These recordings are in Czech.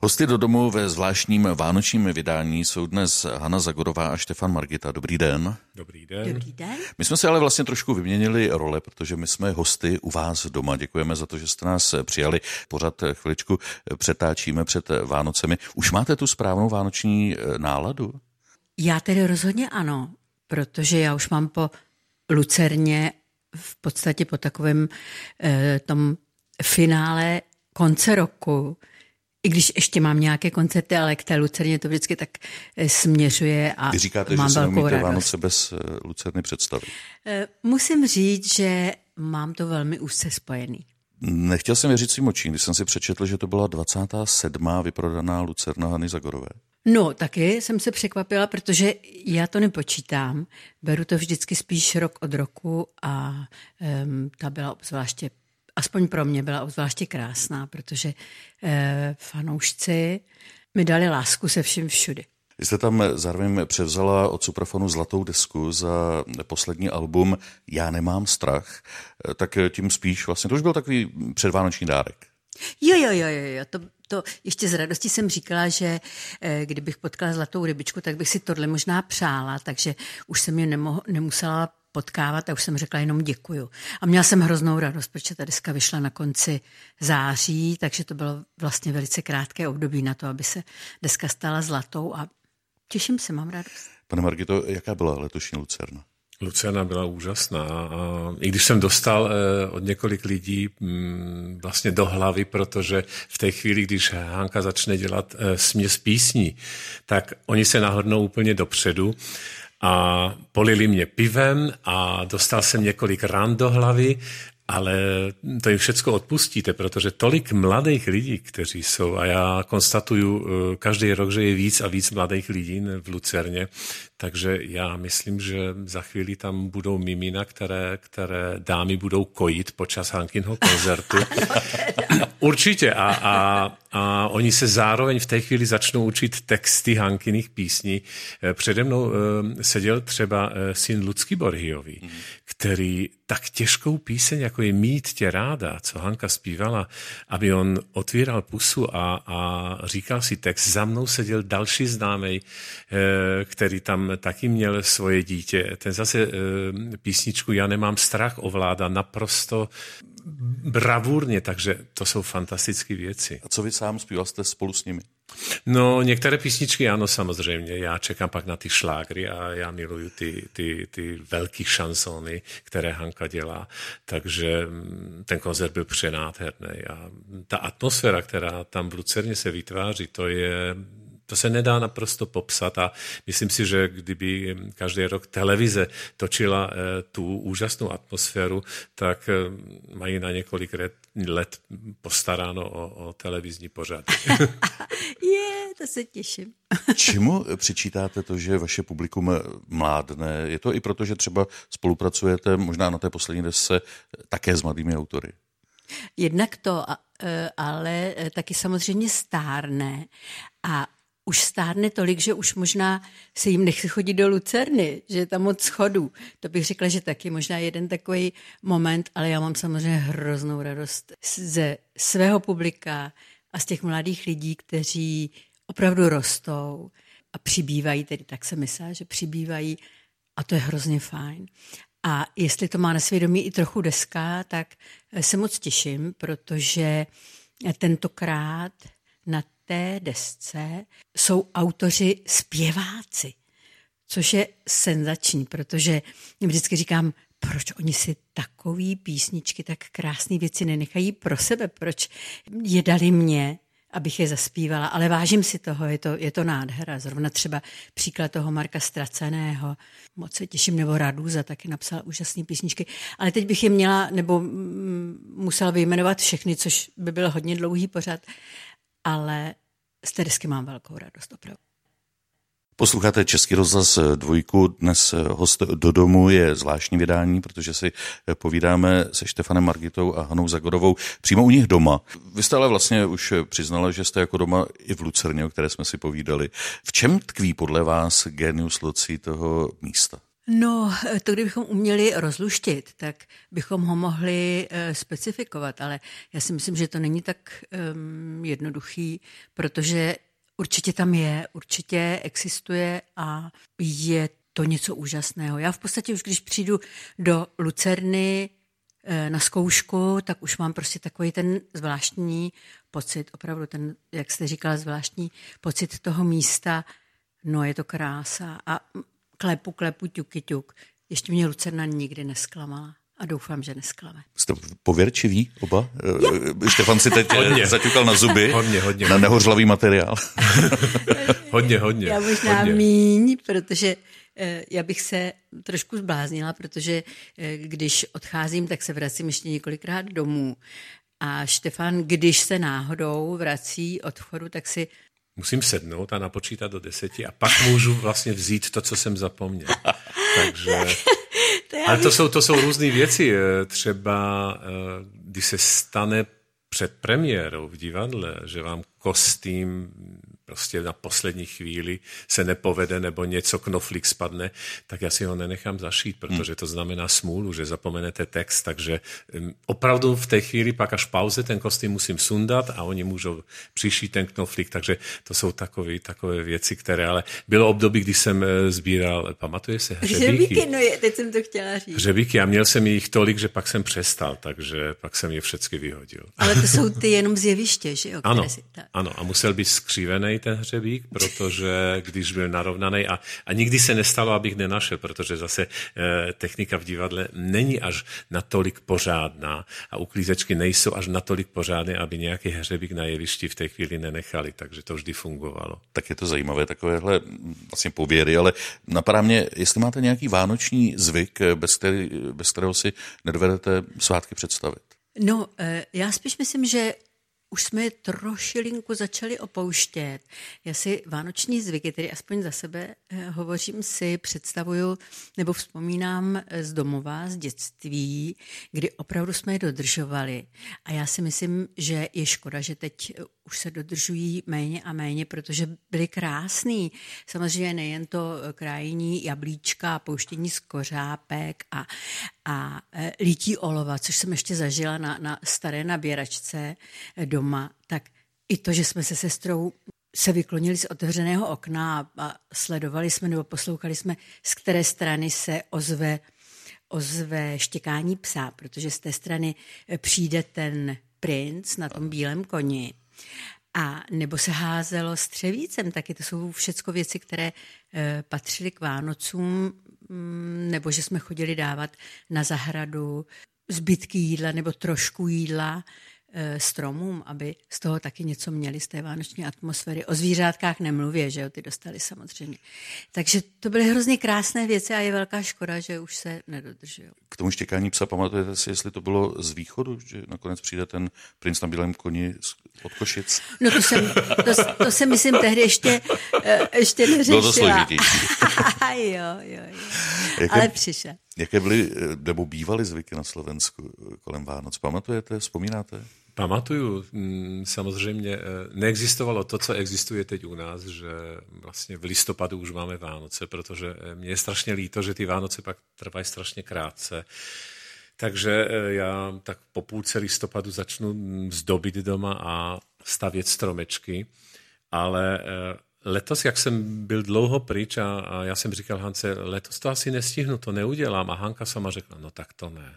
Hosty do domu ve zvláštním vánočním vydání jsou dnes Hana Zagorová a Štefan Margita. Dobrý den. Dobrý den. Dobrý den. My jsme si ale vlastně trošku vyměnili role, protože my jsme hosty u vás doma. Děkujeme za to, že jste nás přijali. Pořád chviličku přetáčíme před Vánocemi. Už máte tu správnou vánoční náladu? Já tedy rozhodně ano, protože já už mám po lucerně v podstatě po takovém tom finále konce roku, i když ještě mám nějaké koncerty, ale k té lucerně to vždycky tak směřuje a vy říkáte, mám že se neumíte radost. Vánoce bez lucerny představit. Musím říct, že mám to velmi úzce spojený. Nechtěl jsem věřit svým očím, když jsem si přečetl, že to byla 27. vyprodaná lucerna Hany Zagorové. No, taky jsem se překvapila, protože já to nepočítám. Beru to vždycky spíš rok od roku a ta byla obzvláště, aspoň pro mě byla obzvláště krásná, protože fanoušci mi dali lásku se vším všudy. Vy jste tam zároveň převzala od Suprafonu zlatou desku za poslední album Já nemám strach, tak tím spíš vlastně, to už byl takový předvánoční dárek. Jo, to ještě z radostí jsem říkala, že kdybych potkala zlatou rybičku, tak bych si tohle možná přála, takže už jsem ji nemusela potkávat a už jsem řekla jenom děkuju. A měla jsem hroznou radost, protože ta deska vyšla na konci září, takže to bylo vlastně velice krátké období na to, aby se deska stala zlatou a těším se, mám radost. Pane Margito, jaká byla letošní lucerna? Lucerna byla úžasná a i když jsem dostal od několik lidí vlastně do hlavy, protože v té chvíli, když Hanka začne dělat směs písní, tak oni se nahodnou úplně dopředu a polili mě pivem a dostal jsem několik ran do hlavy, ale to jim všecko odpustíte, protože tolik mladých lidí, kteří jsou, a já konstatuju každý rok, že je víc a víc mladých lidí v Lucerně, takže já myslím, že za chvíli tam budou mimina, které dámy budou kojit počas Hankinho koncertu. Určitě a oni se zároveň v té chvíli začnou učit texty Hankiných písní. Přede mnou seděl třeba syn Lucky Borhyový, který tak těžkou píseň, jako je Mít tě ráda, co Hanka zpívala, aby on otvíral pusu a říkal si text. Za mnou seděl další známej, který tam taky měl svoje dítě. Ten zase písničku Já nemám strach ovládá naprosto bravurně, takže to jsou fantastické věci. A co vy sám zpíval jste spolu s nimi? No, některé písničky ano, samozřejmě. Já čekám pak na ty šlágry a já miluju ty velký šansony, které Hanka dělá. Takže ten koncert byl přenádherný. A ta atmosféra, která tam v Lucerně se vytváří, to se nedá naprosto popsat a myslím si, že kdyby každý rok televize točila tu úžasnou atmosféru, tak mají na několik let postaráno o televizní pořad. To se těším. Čemu přičítáte to, že vaše publikum mládne? Je to i proto, že třeba spolupracujete možná na té poslední desce také s mladými autory? Jednak to, ale taky samozřejmě stárne a už stárne tolik, že už možná se jim nechce chodit do Lucerny, že je tam moc schodů. To bych řekla, že taky možná jeden takový moment, ale já mám samozřejmě hroznou radost ze svého publika a z těch mladých lidí, kteří opravdu rostou a přibývají, tedy tak se myslí, že přibývají a to je hrozně fajn. A jestli to má na svědomí i trochu deska, tak se moc těším, protože tentokrát na té desce jsou autoři zpěváci, což je senzační, protože vždycky říkám, proč oni si takový písničky, tak krásné věci nenechají pro sebe, proč je dali mně, abych je zaspívala, ale vážím si toho, je to nádhera. Zrovna třeba příklad toho Marka Ztraceného, moc se těším, nebo Raduza taky napsala úžasné písničky, ale teď bych je měla, nebo musela vyjmenovat všechny, což by byl hodně dlouhý pořad, ale z té desky mám velkou radost opravdu. Posloucháte Český rozhlas Dvojku, dnes host do domu je zvláštní vydání, protože si povídáme se Štefanem Margitou a Hanou Zagorovou přímo u nich doma. Vy jste ale vlastně už přiznala, že jste jako doma i v Lucerně, o které jsme si povídali. V čem tkví podle vás genius loci toho místa? No, to kdybychom uměli rozluštit, tak bychom ho mohli specifikovat, ale já si myslím, že to není tak jednoduchý, protože určitě tam je, určitě existuje a je to něco úžasného. Já v podstatě už, když přijdu do Lucerny na zkoušku, tak už mám prostě takový ten zvláštní pocit, opravdu ten, jak jste říkala, zvláštní pocit toho místa. No, je to krása a klepu, ťuk. Ještě mě Lucerna nikdy nesklamala a doufám, že nesklame. Jste pověrčiví oba? Štefan si teď zaťukal na zuby, hodně. Na nehořlavý materiál. Hodně. Já možná míň, protože já bych se trošku zbláznila, protože když odcházím, tak se vracím ještě několikrát domů. A Štefan, když se náhodou vrací od vchodu, tak si musím sednout a napočítat do 10 a pak můžu vlastně vzít to, co jsem zapomněl. Takže... Ale to jsou různé věci. Třeba, když se stane před premiérou v divadle, že vám kostým prostě na poslední chvíli se nepovede nebo něco, knoflík spadne, tak já si ho nenechám zašít, protože to znamená smůlu, že zapomenete text, takže opravdu v té chvíli pak až v pauze ten kostým musím sundat a oni můžou přišít ten knoflík, takže to jsou takové věci, které, ale bylo období, když jsem sbíral, pamatuje se, hřebíky? No teď jsem to chtěla říct. Hřebíky a měl jsem jich tolik, že pak jsem přestal, takže pak jsem je všechny vyhodil. Ale to jsou ty jenom z jeviště, že jo? Ano, a musel být skřívený ten hřebík, protože když byl narovnaný a nikdy se nestalo, abych nenašel, protože zase technika v divadle není až natolik pořádná a uklízečky nejsou až natolik pořádné, aby nějaký hřebík na jevišti v té chvíli nenechali, takže to vždy fungovalo. Tak je to zajímavé, takovéhle vlastně pověry, ale napadá mě, jestli máte nějaký vánoční zvyk, bez kterého si nedovedete svátky představit. No, já spíš myslím, že už jsme je trošilinku začali opouštět. Já si vánoční zvyky, tedy aspoň za sebe hovořím si, představuju nebo vzpomínám z domova, z dětství, kdy opravdu jsme je dodržovali. A já si myslím, že je škoda, že teď už se dodržují méně a méně, protože byly krásný. Samozřejmě nejen to krájení jablíčka, pouštění z kořápek a lítí olova, což jsem ještě zažila na staré nabíračce doma, tak i to, že jsme se sestrou se vyklonili z otevřeného okna a sledovali jsme nebo poslouchali jsme, z které strany se ozve štěkání psa, protože z té strany přijde ten princ na tom bílém koni. A nebo se házelo střevícem, taky to jsou všecko věci, které patřily k Vánocům, nebo že jsme chodili dávat na zahradu zbytky jídla nebo trošku jídla stromům, aby z toho taky něco měli, z té vánoční atmosféry. O zvířátkách nemluvě, že jo, ty dostali samozřejmě. Takže to byly hrozně krásné věci a je velká škoda, že už se nedodržují. K tomu štěkání psa pamatujete si, jestli to bylo z východu, že nakonec přijde ten princ na bílém koni od Košic? No to jsem myslím tehdy ještě neřešila. Bylo to složitější. jo. Ale přišel. Jaké byly nebo bývaly zvyky na Slovensku kolem Vánoc? Pamatujete, vzpomínáte? Pamatuju, samozřejmě neexistovalo to, co existuje teď u nás, že vlastně v listopadu už máme Vánoce, protože mě je strašně líto, že ty Vánoce pak trvají strašně krátce. Takže já tak po půlce listopadu začnu zdobit doma a stavět stromečky, ale letos, jak jsem byl dlouho pryč a já jsem říkal Hance, letos to asi nestihnu, to neudělám. A Hanka sama řekla, no tak to ne.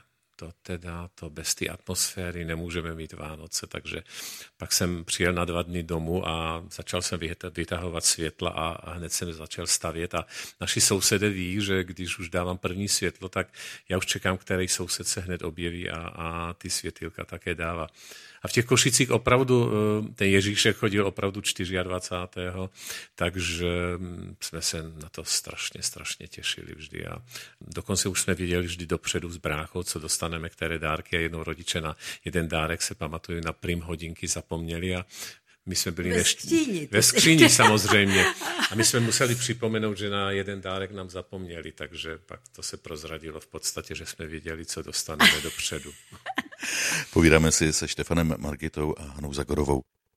To bez té atmosféry nemůžeme mít Vánoce, takže pak jsem přijel na 2 dny domů a začal jsem vytahovat světla a hned jsem začal stavět a naši sousedé ví, že když už dávám první světlo, tak já už čekám, který soused se hned objeví a ty světýlka také dává. A v těch Košicích opravdu, ten Ježíšek chodil opravdu 24. Takže jsme se na to strašně těšili vždy. A dokonce už jsme věděli vždy dopředu s bráchou, co dostaneme, které dárky. A jednou rodiče na jeden dárek se pamatuju, na prim hodinky zapomněli a my jsme byli ve skříni samozřejmě. A my jsme museli připomenout, že na jeden dárek nám zapomněli, takže pak to se prozradilo v podstatě, že jsme věděli, co dostaneme dopředu. Povídáme si se Štefanem Margitou a Hanou Zagorovou.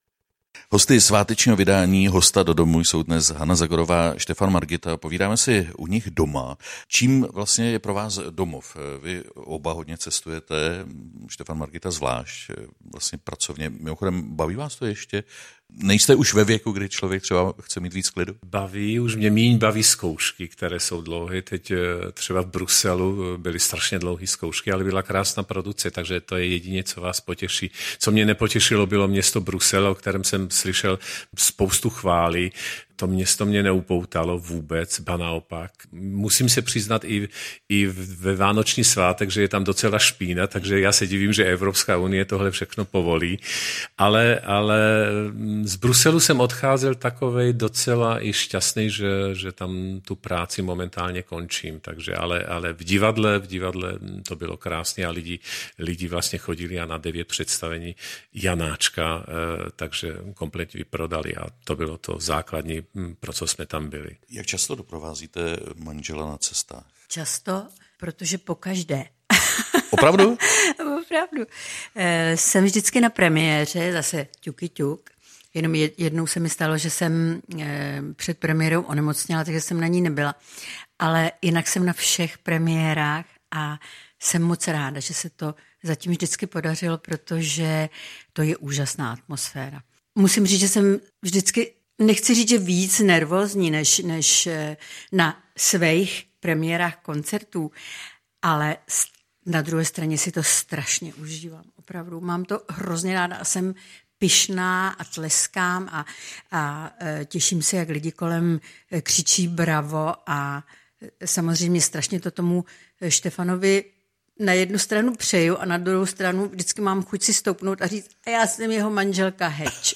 Hosty svátečního vydání Hosta do domu jsou dnes Hana Zagorová, Štefan Margita. Povídáme si u nich doma. Čím vlastně je pro vás domov? Vy oba hodně cestujete, Štefan Margita zvlášť, vlastně pracovně. Mimochodem, baví vás to ještě? Nejste už ve věku, kdy člověk třeba chce mít víc klidu? Už mě míň baví zkoušky, které jsou dlouhé. Teď třeba v Bruselu byly strašně dlouhé zkoušky, ale byla krásná produkce, takže to je jedině, co vás potěší. Co mě nepotěšilo, bylo město Brusel, o kterém jsem slyšel spoustu chvály. To město mě neupoutalo vůbec, ba naopak. Musím se přiznat i ve vánoční svátek, že je tam docela špína, takže já se divím, že Evropská unie tohle všechno povolí. Ale z Bruselu jsem odcházel takovej docela i šťastný, že tam tu práci momentálně končím. Takže, ale v divadle to bylo krásné a lidi vlastně chodili a na 9 představení Janáčka, takže kompletně vyprodali a to bylo to základní, pro co jsme tam byli. Jak často doprovázíte manžela na cestách? Často, protože pokaždé. Opravdu? Opravdu. Jsem vždycky na premiéře, zase ťuk. Jenom jednou se mi stalo, že jsem před premiérou onemocněla, takže jsem na ní nebyla. Ale jinak jsem na všech premiérách a jsem moc ráda, že se to zatím vždycky podařilo, protože to je úžasná atmosféra. Musím říct, že jsem vždycky, nechci říct, že víc nervózní než na svých premiérách koncertů, ale na druhé straně si to strašně užívám. Opravdu mám to hrozně ráda a jsem pyšná a tleskám a těším se, jak lidi kolem křičí bravo a samozřejmě strašně to tomu Štefanovi na jednu stranu přeju a na druhou stranu vždycky mám chuť si stoupnout a říct, a já jsem jeho manželka Heč.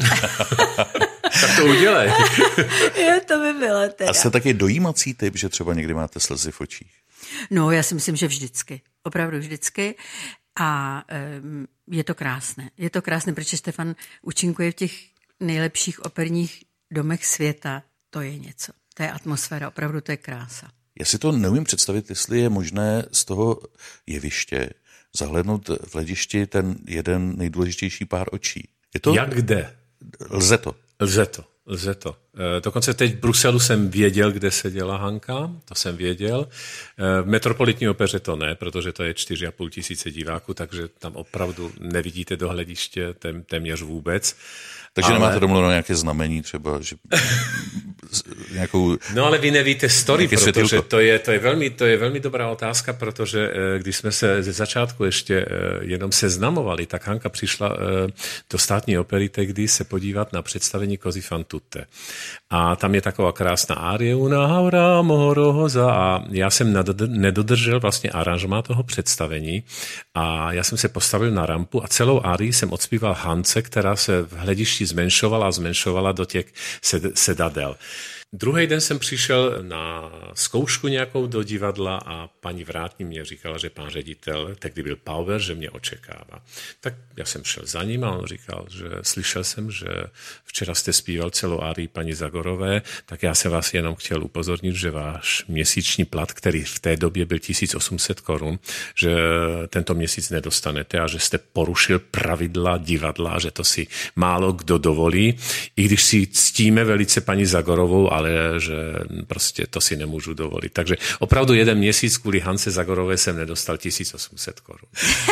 Tak to udělej. Jo, to by bylo teda. A jste taky dojímací typ, že třeba někdy máte slzy v očích? No, já si myslím, že vždycky. Opravdu vždycky. A je to krásné. Je to krásné, protože Štefan účinkuje v těch nejlepších operních domech světa. To je něco. To je atmosféra, opravdu to je krása. Já si to neumím představit, jestli je možné z toho jeviště zahlédnout v hledišti ten jeden nejdůležitější pár očí. Je to? Jak kde? Lze to. Lze to. Dokonce teď v Bruselu jsem věděl, kde seděla Hanka, to jsem věděl. V Metropolitní opeře to ne, protože to je 4,5 tisíce diváků, takže tam opravdu nevidíte do hlediště téměř vůbec. Takže nemáte domluveno nějaké znamení třeba, že nějakou... No ale vy nevíte story, protože to je velmi dobrá otázka, protože když jsme se ze začátku ještě jenom seznamovali, tak Hanka přišla do Státní opery tehdy se podívat na představení Così fan tutte. A tam je taková krásná árie una haura mohorohoza a já jsem nedodržel vlastně aranžmá toho představení a já jsem se postavil na rampu a celou árii jsem odspíval Hance, která se v hledišti zmenšovala do těch sedadel. Druhý den jsem přišel na zkoušku nějakou do divadla a paní vrátní mě říkala, že pan ředitel, tehdy byl Pauber, že mě očekává. Tak já jsem šel za ním a on říkal, že slyšel jsem, že včera jste zpíval celou árii paní Zagorové, tak já se vás jenom chtěl upozornit, že váš měsíční plat, který v té době byl 1800 korun, že tento měsíc nedostanete a že jste porušil pravidla divadla, že to si málo kdo dovolí, i když si ctíme velice paní Zagorovou, ale že prostě to si nemůžu dovolit. Takže opravdu jeden měsíc kvůli Hance Zagorové jsem nedostal 1800 korun.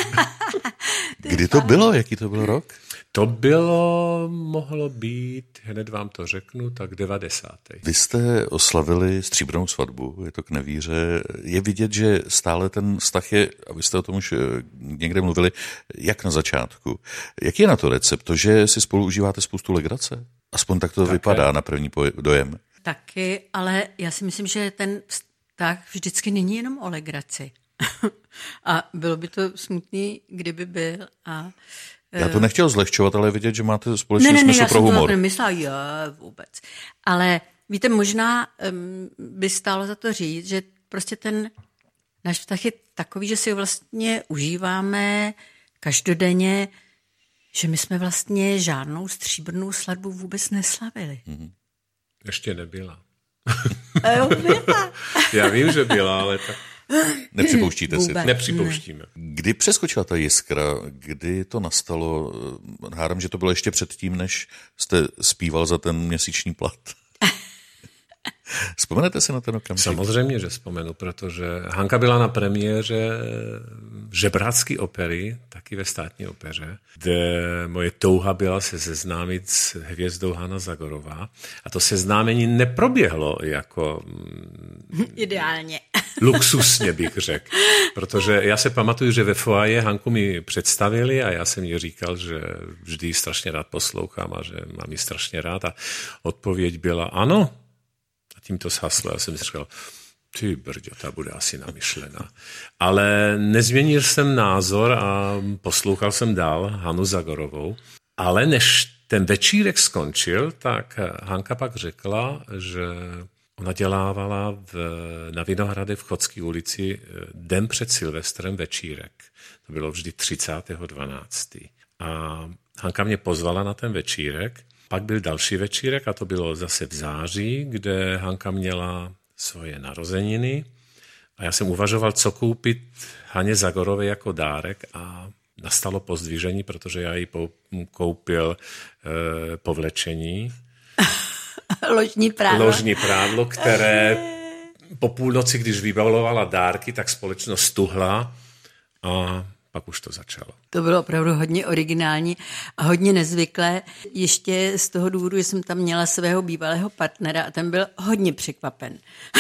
Kdy to bylo? Jaký to byl rok? To mohlo být, hned vám to řeknu, tak 90. Vy jste oslavili stříbrnou svatbu, je to k nevíře. Je vidět, že stále ten vztah je, a vy jste o tom už někde mluvili, jak na začátku. Jaký je na to recept? To, že si spolu užíváte spoustu legrace? Aspoň tak to vypadá na první dojem. Taky, ale já si myslím, že ten vztah vždycky není jenom o legraci. A bylo by to smutný, kdyby byl. Já to nechtěl zlehčovat, ale vidět, že máte společný smysl pro humor. Ne, já jsem to nemyslela, vůbec. Ale víte, možná by stálo za to říct, že prostě ten náš vztah je takový, že si ho vlastně užíváme každodenně, že my jsme vlastně žádnou stříbrnou svatbu vůbec neslavili. Ještě nebyla. Byla. Já vím, že byla, ale tak... Nepřipouštíte si to? Nepřipouštíme. Kdy přeskočila ta jiskra? Kdy to nastalo? Hádám, že to bylo ještě předtím, než jste zpíval za ten měsíční plat. Vzpomenete si na ten okamžik? Samozřejmě, že vzpomenu, protože Hanka byla na premiéře Žebrácké opery, taky ve Státní opeře, kde moje touha byla se seznámit s hvězdou Hana Zagorová. A to seznámení neproběhlo jako ideálně. Luxusně bych řekl. Protože já se pamatuju, že ve foaje Hanku mi představili a já jsem jí říkal, že vždy ji strašně rád poslouchám a že mám ji strašně rád. A odpověď byla ano. A tím to zhaslo. Já jsem si říkal, ty brďo, ta bude asi namyšlená. Ale nezměnil jsem názor a poslouchal jsem dál Hanu Zagorovou. Ale než ten večírek skončil, tak Hanka pak řekla, že ona dělávala na Vinohradech v Chodské ulici den před Silvestrem večírek. To bylo vždy 30.12. A Hanka mě pozvala na ten večírek. Pak byl další večírek a to bylo zase v září, kde Hanka měla svoje narozeniny a já jsem uvažoval, co koupit Haně Zagorové jako dárek a nastalo pozdvižení, protože já jí koupil povlečení. Ložní prádlo, které po půlnoci, když vybavovala dárky, tak společnost stuhla a pak už to začalo. To bylo opravdu hodně originální a hodně nezvyklé. Ještě z toho důvodu, že jsem tam měla svého bývalého partnera a ten byl hodně překvapen.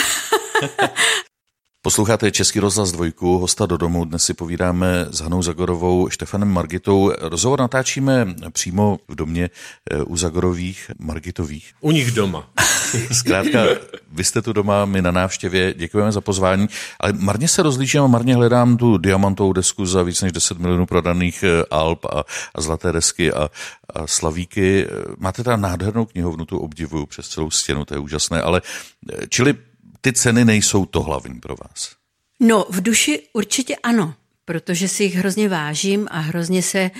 Posloucháte Český rozhlas 2, hosta do domu. Dnes si povídáme s Hanou Zagorovou, Štefanem Margitou. Rozhovor natáčíme přímo v domě u Zagorových, Margitových. U nich doma. Zkrátka, vy jste tu doma, my na návštěvě, děkujeme za pozvání, ale marně se rozlížím a marně hledám tu diamantovou desku za víc než 10 milionů prodaných alb a zlaté desky a slavíky. Máte tam nádhernou knihovnu, tu obdivuju přes celou stěnu, to je úžasné, ale čili ty ceny nejsou to hlavní pro vás? No, v duši určitě ano, protože si jich hrozně vážím a hrozně se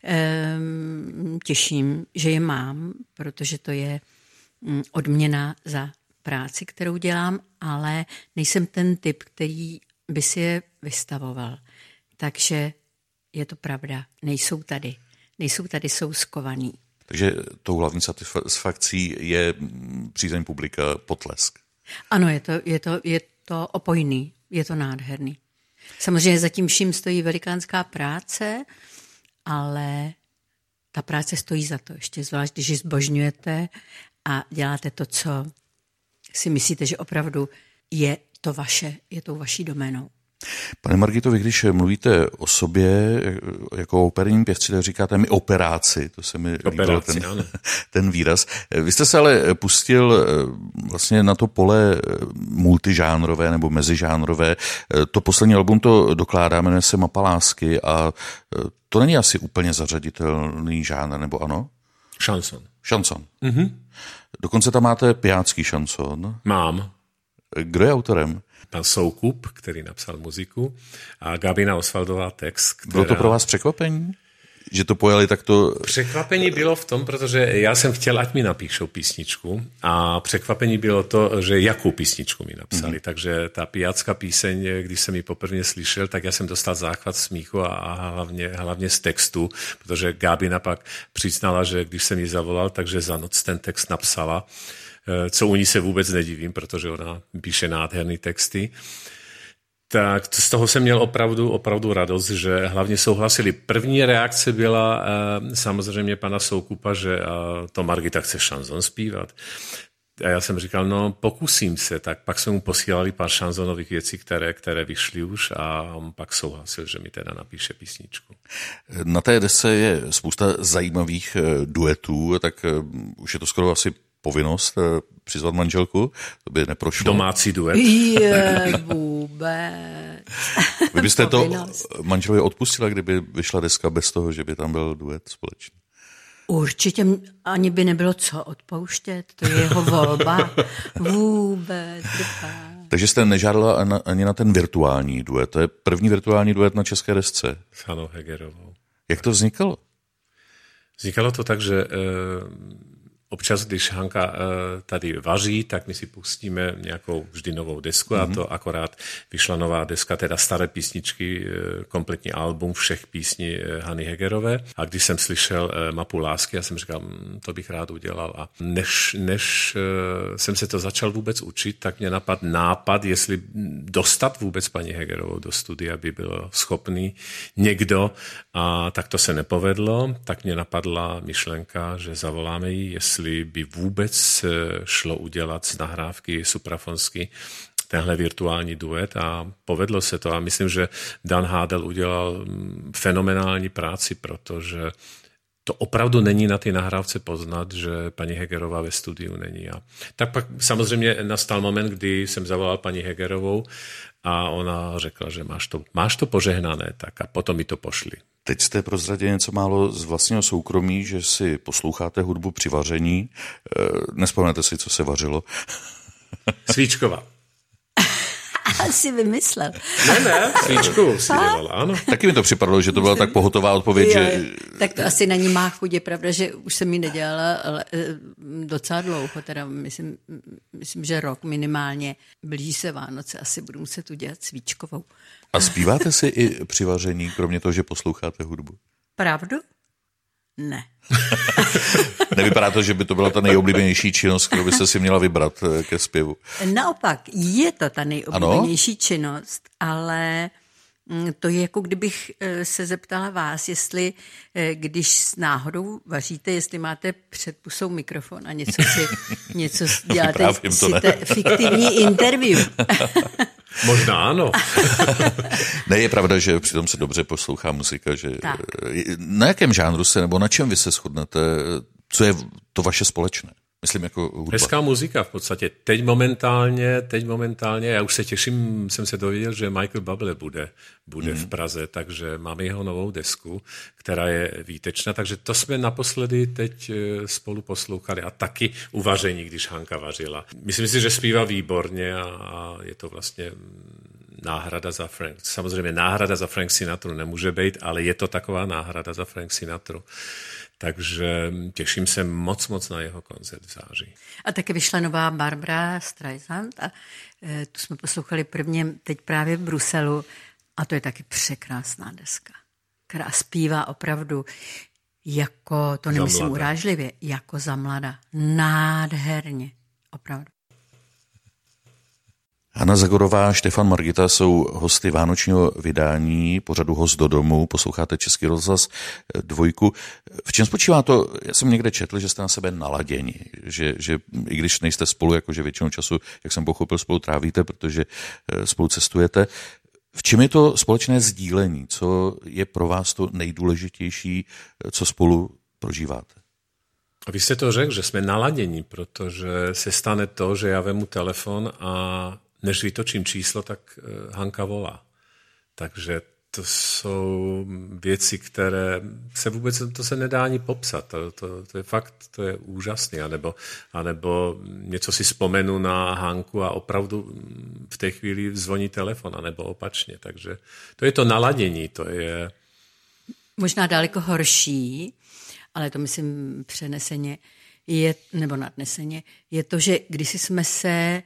těším, že je mám, protože to je odměna za práci, kterou dělám, ale nejsem ten typ, který by si je vystavoval. Takže je to pravda, nejsou tady, jsou skovaný. Takže tou hlavní satisfakcí je přízeň publika, potlesk. Ano, je to opojný, je to nádherný. Samozřejmě za tím vším stojí velikánská práce, ale ta práce stojí za to, ještě zvlášť, když ji zbožňujete a děláte to, co si myslíte, že opravdu je to vaše, je tou vaší doménou. Pane Margito, vy když mluvíte o sobě jako operním pěvci, tak říkáte mi operáci, to se mi líbilo ten výraz. Vy jste se ale pustil vlastně na to pole multižánrové nebo mezižánrové. To poslední album to dokládá, jmenuje se Mapa lásky a to není asi úplně zařaditelný žánr, nebo ano? Šanson. Mm-hmm. Dokonce tam máte pijácký šanson. Mám. Kdo je autorem? Pan Soukup, který napsal muziku, a Gabina Osvaldová text. Bylo to pro vás překvapení? Že to pojali takto? Překvapení bylo v tom, protože já jsem chtěl, ať mi napíšou písničku a překvapení bylo to, že jakou písničku mi napsali. Takže ta pijácká píseň, když jsem ji poprvé slyšel, tak já jsem dostal záchvat smíchu a hlavně z textu, protože Gabina pak přiznala, že když jsem ji zavolal, takže za noc ten text napsala, co u ní se vůbec nedivím, protože ona píše nádherný texty. Tak z toho jsem měl opravdu radost, že hlavně souhlasili. První reakce byla samozřejmě pana Soukupa, že to Margita chce šanzon zpívat. A já jsem říkal, no pokusím se, tak pak jsme mu posílali pár šanzonových věcí, které vyšly už a on pak souhlasil, že mi teda napíše písničku. Na té desce je spousta zajímavých duetů, tak už je to skoro asi povinnost přizvat manželku, to by neprošlo. Domácí duet. Je vůbec. Vy byste to manželovi odpustila, kdyby vyšla deska bez toho, že by tam byl duet společný? Určitě ani by nebylo co odpouštět, to je jeho volba. Vůbec. Takže jste nežádala ani na ten virtuální duet. To je první virtuální duet na české desce. S Hanou Hegerovou. Jak to vznikalo? Vznikalo to tak, že občas, když Hanka tady vaří, tak my si pustíme nějakou vždy novou desku a to akorát vyšla nová deska, teda staré písničky, kompletní album všech písní Hany Hegerové. A když jsem slyšel Mapu lásky, já jsem říkal, to bych rád udělal. A než jsem se to začal vůbec učit, tak mě napadl nápad, jestli dostat vůbec paní Hegerovou do studia, by byl schopný někdo. A tak to se nepovedlo, tak mě napadla myšlenka, že zavoláme ji, jestli by vůbec šlo udělat z nahrávky suprafonsky tenhle virtuální duet a povedlo se to. A myslím, že Dan Hádel udělal fenomenální práci, protože to opravdu není na té nahrávce poznat, že paní Hegerová ve studiu není. A tak pak samozřejmě nastal moment, kdy jsem zavolal paní Hegerovou a ona řekla, že máš to požehnané, tak a potom mi to pošli. Teď jste prozradili něco málo z vlastního soukromí, že si posloucháte hudbu při vaření. Nevzpomenete si, co se vařilo? Svíčková. Asi vymyslel. Ne, svíčku si dělala, ano. Taky mi to připadalo, že to byla tak pohotová odpověď, že... Tak to asi na ní má chuť, je pravda, že už jsem ji nedělala docela dlouho, teda myslím, že rok minimálně. Blíží se Vánoce, asi budu muset udělat svíčkovou. A zpíváte si i při vaření, kromě toho, že posloucháte hudbu? Pravdu? Ne. Nevypadá to, že by to byla ta nejoblíbenější činnost, kterou byste si měla vybrat ke zpěvu. Naopak, je to ta nejoblíbenější činnost, ale to je jako kdybych se zeptala vás, jestli když s náhodou vaříte, jestli máte před pusou mikrofon a něco děláte, fiktivní interview. Možná ano. Ne, je pravda, že přitom se dobře poslouchá muzika. Že... Na jakém žánru se, nebo na čem vy se shodnete? Co je to vaše společné? Myslím jako hudba. Hezká muzika v podstatě. Teď momentálně, já už se těším, jsem se dověděl, že Michael Bublé bude v Praze, takže máme jeho novou desku, která je výtečná, takže to jsme naposledy teď spolu poslouchali a taky u vaření, když Hanka vařila. Myslím si, že zpívá výborně a je to vlastně náhrada za samozřejmě náhrada za Frank Sinatru nemůže být, ale je to taková náhrada za Frank Sinatru. Takže těším se moc na jeho koncert v září. A taky vyšla nová Barbra Streisand a tu jsme poslouchali prvně teď právě v Bruselu a to je taky překrásná deska, která zpívá opravdu jako, to nemyslím urážlivě, jako za mlada. Nádherně, opravdu. Hana Zagorová a Štefan Margita jsou hosty vánočního vydání pořadu Host do domu. Posloucháte Český rozhlas 2. V čem spočívá to? Já jsem někde četl, že jste na sebe naladěni, že i když nejste spolu, jakože většinou času, jak jsem pochopil, spolu trávíte, protože spolu cestujete. V čem je to společné sdílení? Co je pro vás to nejdůležitější, co spolu prožíváte? A vy jste to řekl, že jsme naladěni, protože se stane to, že já vemu telefon a než vytočím číslo, tak Hanka volá. Takže to jsou věci, které se vůbec, to se nedá ani popsat. To je fakt, to je úžasný. Anebo něco si vzpomenu na Hanku a opravdu v té chvíli zvoní telefon, anebo opačně. Takže to je to naladění, to je... Možná daleko horší, ale to myslím přeneseně, nebo nadneseně, je to, že když jsme se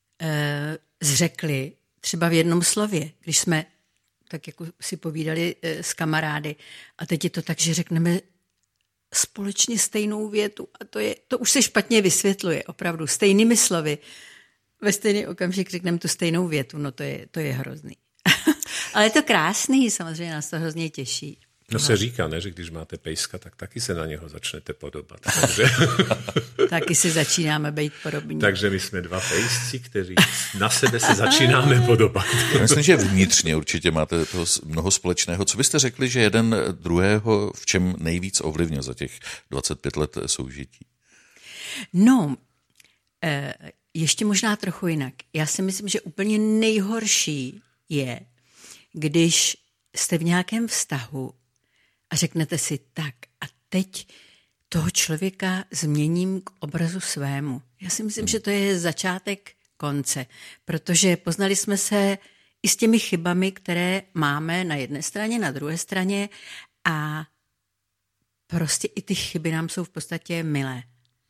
zřekli třeba v jednom slově, když jsme tak jako si povídali s kamarády a teď je to tak, že řekneme společně stejnou větu a to už se špatně vysvětluje, opravdu stejnými slovy. Ve stejný okamžik řekneme tu stejnou větu, no to je hrozný. Ale je to krásný, samozřejmě nás to hrozně těší. No se říká, ne, že když máte pejska, tak taky se na něho začnete podobat. Takže... Taky si začínáme být podobní. Takže my jsme dva pejsci, kteří na sebe se začínáme podobat. Já myslím, že vnitřně určitě máte toho mnoho společného. Co byste řekli, že jeden druhého v čem nejvíc ovlivnil za těch 25 let soužití? No, ještě možná trochu jinak. Já si myslím, že úplně nejhorší je, když jste v nějakém vztahu a řeknete si tak a teď toho člověka změním k obrazu svému. Já si myslím, že to je začátek konce, protože poznali jsme se i s těmi chybami, které máme na jedné straně, na druhé straně a prostě i ty chyby nám jsou v podstatě milé.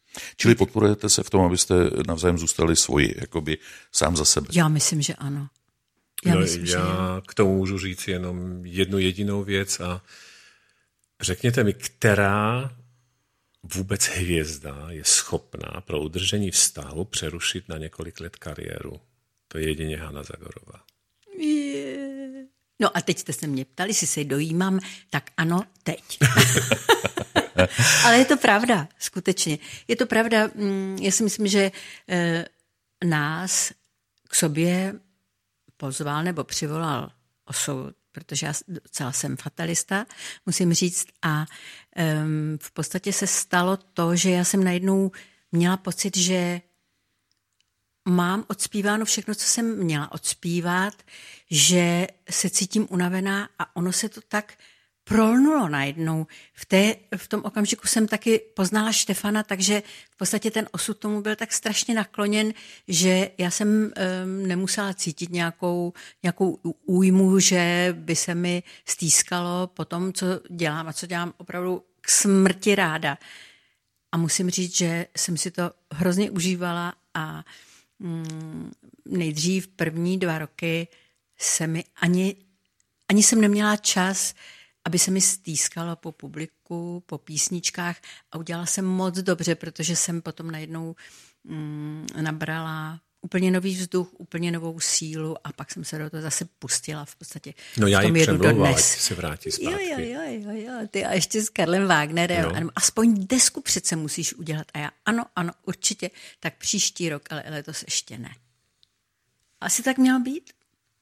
Čili podporujete se v tom, abyste navzájem zůstali svoji, jakoby sám za sebe? Já myslím, že ano. Já k tomu můžu říct jenom jednu jedinou věc a řekněte mi, která vůbec hvězda je schopná pro udržení vztahu přerušit na několik let kariéru. To je jedině Hana Zagorová. No a teď jste se mě ptali, jestli se dojímám, tak ano, teď. Ale je to pravda, skutečně. Je to pravda, já si myslím, že nás k sobě pozval nebo přivolal osud, protože já docela jsem fatalista, musím říct, a v podstatě se stalo to, že já jsem najednou měla pocit, že mám odspíváno všechno, co jsem měla odspívat, že se cítím unavená a ono se to tak prolnulo najednou. V tom okamžiku jsem taky poznala Štefana, takže v podstatě ten osud tomu byl tak strašně nakloněn, že já jsem nemusela cítit nějakou újmu, že by se mi stýskalo po tom, co dělám a co dělám opravdu k smrti ráda. A musím říct, že jsem si to hrozně užívala a nejdřív první 2 roky se mi ani jsem neměla čas, aby se mi stýskalo po publiku, po písničkách a udělala jsem moc dobře, protože jsem potom najednou nabrala úplně nový vzduch, úplně novou sílu a pak jsem se do toho zase pustila v podstatě. No já ji přemlouvala, ať se vrátí zpátky. Jo, ty a ještě s Karlem Wagnerem. No. Aspoň desku přece musíš udělat. A já ano, určitě, tak příští rok, ale letos ještě ne. Asi tak mělo být?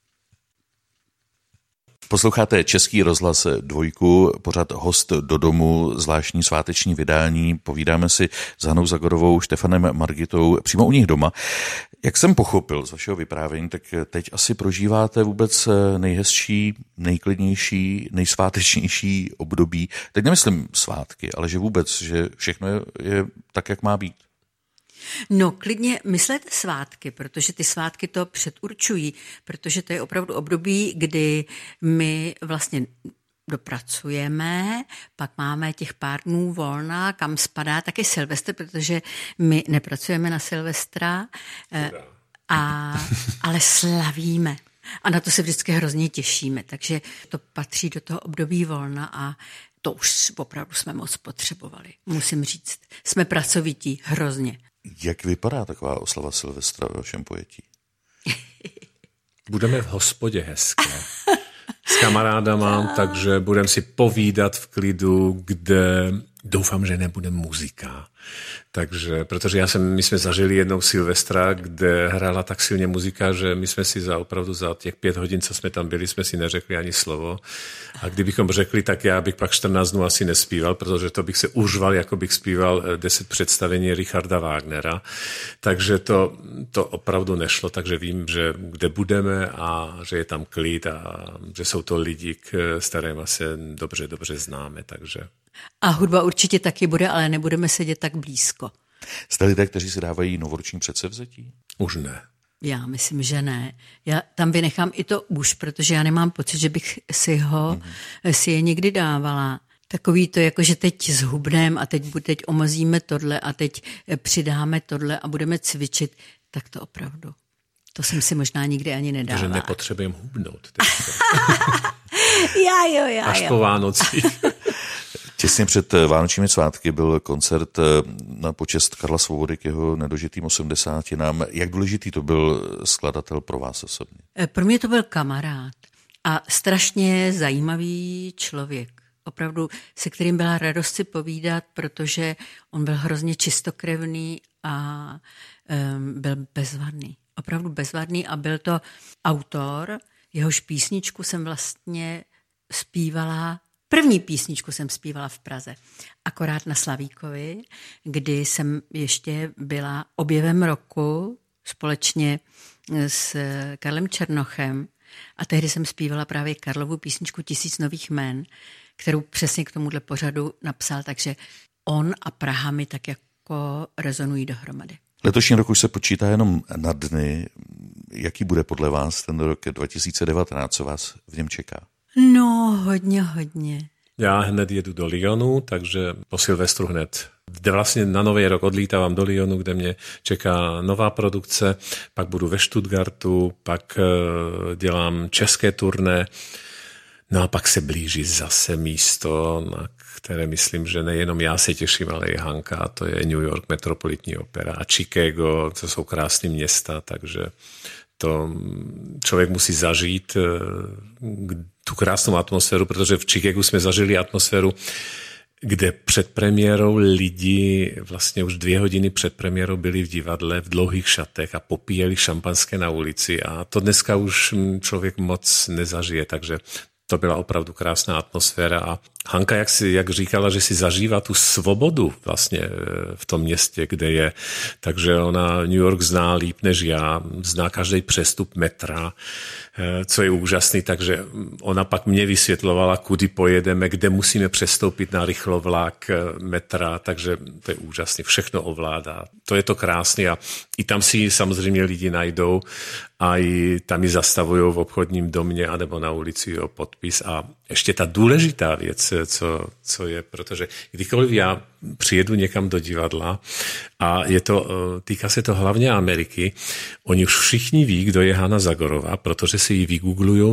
Posloucháte Český rozhlas 2, pořad Host do domu, zvláštní sváteční vydání. Povídáme si s Hanou Zagorovou, Štefanem Margitou přímo u nich doma. Jak jsem pochopil z vašeho vyprávění, tak teď asi prožíváte vůbec nejhezčí, nejklidnější, nejsvátečnější období. Teď nemyslím svátky, ale že vůbec, že všechno je tak, jak má být. No, klidně myslete svátky, protože ty svátky to předurčují, protože to je opravdu období, kdy my vlastně dopracujeme, pak máme těch pár dnů volna, kam spadá taky Silvestr, protože my nepracujeme na Silvestra, ale slavíme. A na to se vždycky hrozně těšíme, takže to patří do toho období volna a to už opravdu jsme moc potřebovali, musím říct. Jsme pracovití, hrozně. Jak vypadá taková oslava Silvestra ve vašem pojetí? Budeme v hospodě hezké. S kamarádama, takže budeme si povídat v klidu, kde doufám, že nebude muzika. Takže, protože my jsme zažili jednou Silvestra, kde hrála tak silně muzika, že my jsme si opravdu za těch 5 hodin, co jsme tam byli, jsme si neřekli ani slovo. A kdybychom řekli, tak já bych pak 14 dnů asi nespíval, protože to bych se užval, jako bych zpíval 10 představení Richarda Wagnera. Takže to opravdu nešlo, takže vím, že kde budeme a že je tam klid a že jsou to lidi, s kterými se dobře známe, takže... A hudba určitě taky bude, ale nebudeme sedět tak blízko. Jste lidé, kteří si dávají novoroční předsevzetí? Už ne. Já myslím, že ne. Já tam vynechám i to už, protože já nemám pocit, že bych si je někdy dávala. Takový to, jako že teď zhubneme a teď omezíme tohle a teď přidáme tohle a budeme cvičit, tak to opravdu. To jsem si možná nikdy ani nedávala. Takže nepotřebujeme hubnout. Já. Až po Vánocích. Těsně před vánočními svátky byl koncert na počest Karla Svobody k jeho nedožitým 80. Jak důležitý to byl skladatel pro vás osobně? Pro mě to byl kamarád a strašně zajímavý člověk. Opravdu, se kterým byla radost si povídat, protože on byl hrozně čistokrevný a byl bezvadný. Opravdu bezvadný a byl to autor, jehož písničku jsem vlastně zpívala. První písničku jsem zpívala v Praze, akorát na Slavíkovi, kdy jsem ještě byla objevem roku společně s Karlem Černochem a tehdy jsem zpívala právě Karlovu písničku 1000 nových jmen, kterou přesně k tomuhle pořadu napsal, takže on a Praha mi tak jako rezonují dohromady. Letošní rok už se počítá jenom na dny. Jaký bude podle vás ten rok 2019, co vás v něm čeká? No, hodně. Já hned jedu do Lyonu, takže po Silvestru hned. Vlastně na Nový rok odlítávám do Lyonu, kde mě čeká nová produkce, pak budu ve Stuttgartu, pak dělám české turné, no a pak se blíží zase místo, na které myslím, že nejenom já se těším, ale i Hanka, a to je New York Metropolitní opera a Chicago, to jsou krásné města, takže to člověk musí zažít tu krásnou atmosféru, protože v Chicagu jsme zažili atmosféru, kde před premiérou lidi vlastně už 2 hodiny před premiérou byli v divadle v dlouhých šatech a popíjeli šampanské na ulici a to dneska už člověk moc nezažije, takže to byla opravdu krásná atmosféra a Hanka, jak říkala, že si zažívá tu svobodu vlastně v tom městě, kde je, takže ona New York zná líp než já, zná každý přestup metra, co je úžasný, takže ona pak mě vysvětlovala, kudy pojedeme, kde musíme přestoupit na rychlovlak metra, takže to je úžasný, všechno ovládá. To je to krásný a i tam si samozřejmě lidi najdou a i tam ji zastavují v obchodním domě anebo na ulici o podpis a ještě ta důležitá věc, co je, protože kdykoliv já přijedu někam do divadla a týká se to hlavně Ameriky, oni už všichni ví, kdo je Hana Zagorová, protože si ji vygooglujou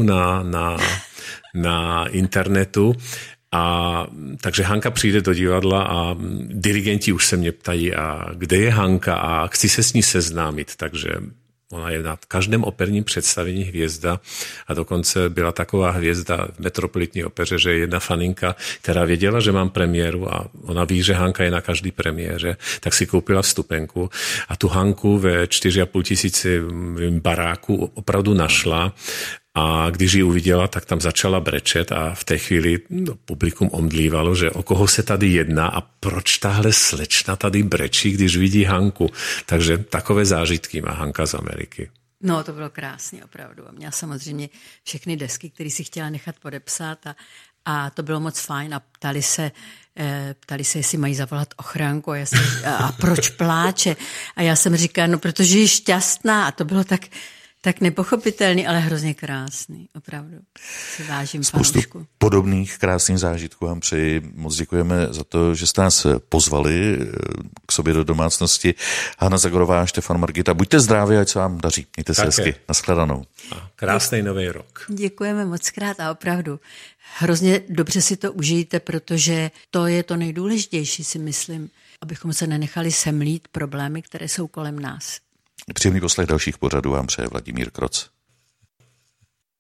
na internetu. A takže Hanka přijde do divadla a dirigenti už se mě ptají, a kde je Hanka a chci se s ní seznámit, takže ona je na každém operním představení hvězda a dokonce byla taková hvězda v Metropolitní opeře, že jedna faninka, která věděla, že mám premiéru a ona ví, že Hanka je na každý premiéře, tak si koupila vstupenku a tu Hanku ve 4,5 tisíci baráku opravdu našla. A když ji uviděla, tak tam začala brečet a v té chvíli publikum omdlívalo, že o koho se tady jedná a proč tahle slečna tady brečí, když vidí Hanku. Takže takové zážitky má Hanka z Ameriky. No, to bylo krásně, opravdu. A měla samozřejmě všechny desky, které si chtěla nechat podepsat a to bylo moc fajn a ptali se, jestli mají zavolat ochránku a proč pláče. A já jsem říkala, no protože je šťastná a to bylo tak nepochopitelný, ale hrozně krásný, opravdu. Si vážím fanoušku. Podobných krásných zážitků vám přeji. Moc děkujeme za to, že jste nás pozvali k sobě do domácnosti. Hana Zagorová a Štefan Margita. Buďte zdraví, ať se vám daří. Mějte se hezky. Nashledanou. Krásný nový rok. Děkujeme moc krát a opravdu hrozně dobře si to užijte, protože to je to nejdůležitější, si myslím, abychom se nenechali semlít problémy, které jsou kolem nás. Příjemný poslech dalších pořadů vám přeje Vladimír Kroc.